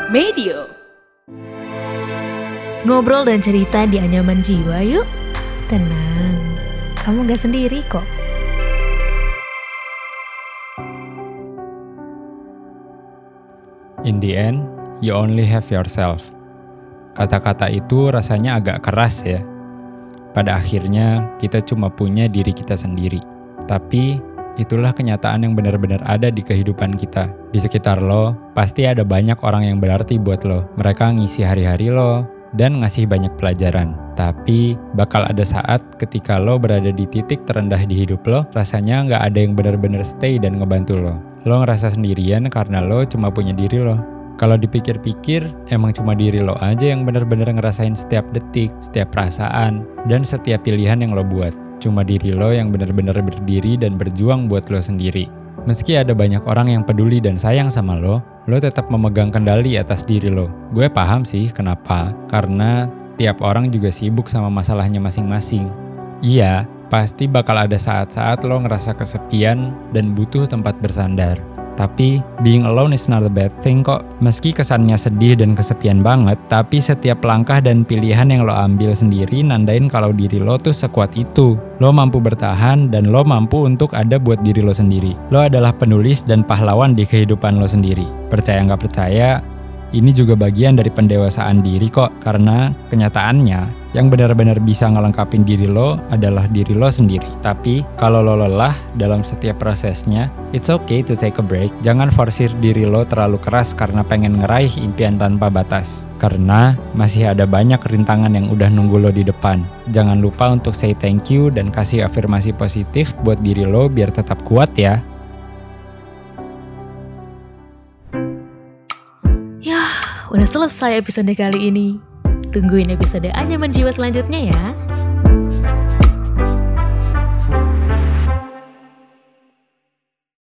Medio. Ngobrol dan cerita di anyaman jiwa yuk. Tenang, kamu gak sendiri kok. In the end, you only have yourself. Kata-kata itu rasanya agak keras ya. Pada akhirnya, kita cuma punya diri kita sendiri. Tapi, itulah kenyataan yang benar-benar ada di kehidupan kita. Di sekitar lo, pasti ada banyak orang yang berarti buat lo. Mereka ngisi hari-hari lo, dan ngasih banyak pelajaran. Tapi, bakal ada saat ketika lo berada di titik terendah di hidup lo, rasanya nggak ada yang benar-benar stay dan ngebantu lo. Lo ngerasa sendirian karena lo cuma punya diri lo. Kalau dipikir-pikir, emang cuma diri lo aja yang benar-benar ngerasain setiap detik, setiap perasaan, dan setiap pilihan yang lo buat. Cuma diri lo yang benar-benar berdiri dan berjuang buat lo sendiri. Meski ada banyak orang yang peduli dan sayang sama lo tetap memegang kendali atas diri lo. Gue paham sih kenapa, karena tiap orang juga sibuk sama masalahnya masing-masing. Iya, pasti bakal ada saat-saat lo ngerasa kesepian dan butuh tempat bersandar. Tapi, being alone is not a bad thing kok. Meski kesannya sedih dan kesepian banget, tapi setiap langkah dan pilihan yang lo ambil sendiri nandain kalau diri lo tuh sekuat itu. Lo mampu bertahan dan lo mampu untuk ada buat diri lo sendiri. Lo adalah penulis dan pahlawan di kehidupan lo sendiri. Percaya nggak percaya, ini juga bagian dari pendewasaan diri kok. Karena kenyataannya, yang benar-benar bisa ngelengkapin diri lo adalah diri lo sendiri. Tapi, kalau lo lelah dalam setiap prosesnya, it's okay to take a break. Jangan forsir diri lo terlalu keras karena pengen ngeraih impian tanpa batas. Karena masih ada banyak rintangan yang udah nunggu lo di depan. Jangan lupa untuk say thank you dan kasih afirmasi positif buat diri lo biar tetap kuat ya. Udah selesai episode kali ini. Tungguin episode Anyaman Jiwa selanjutnya ya.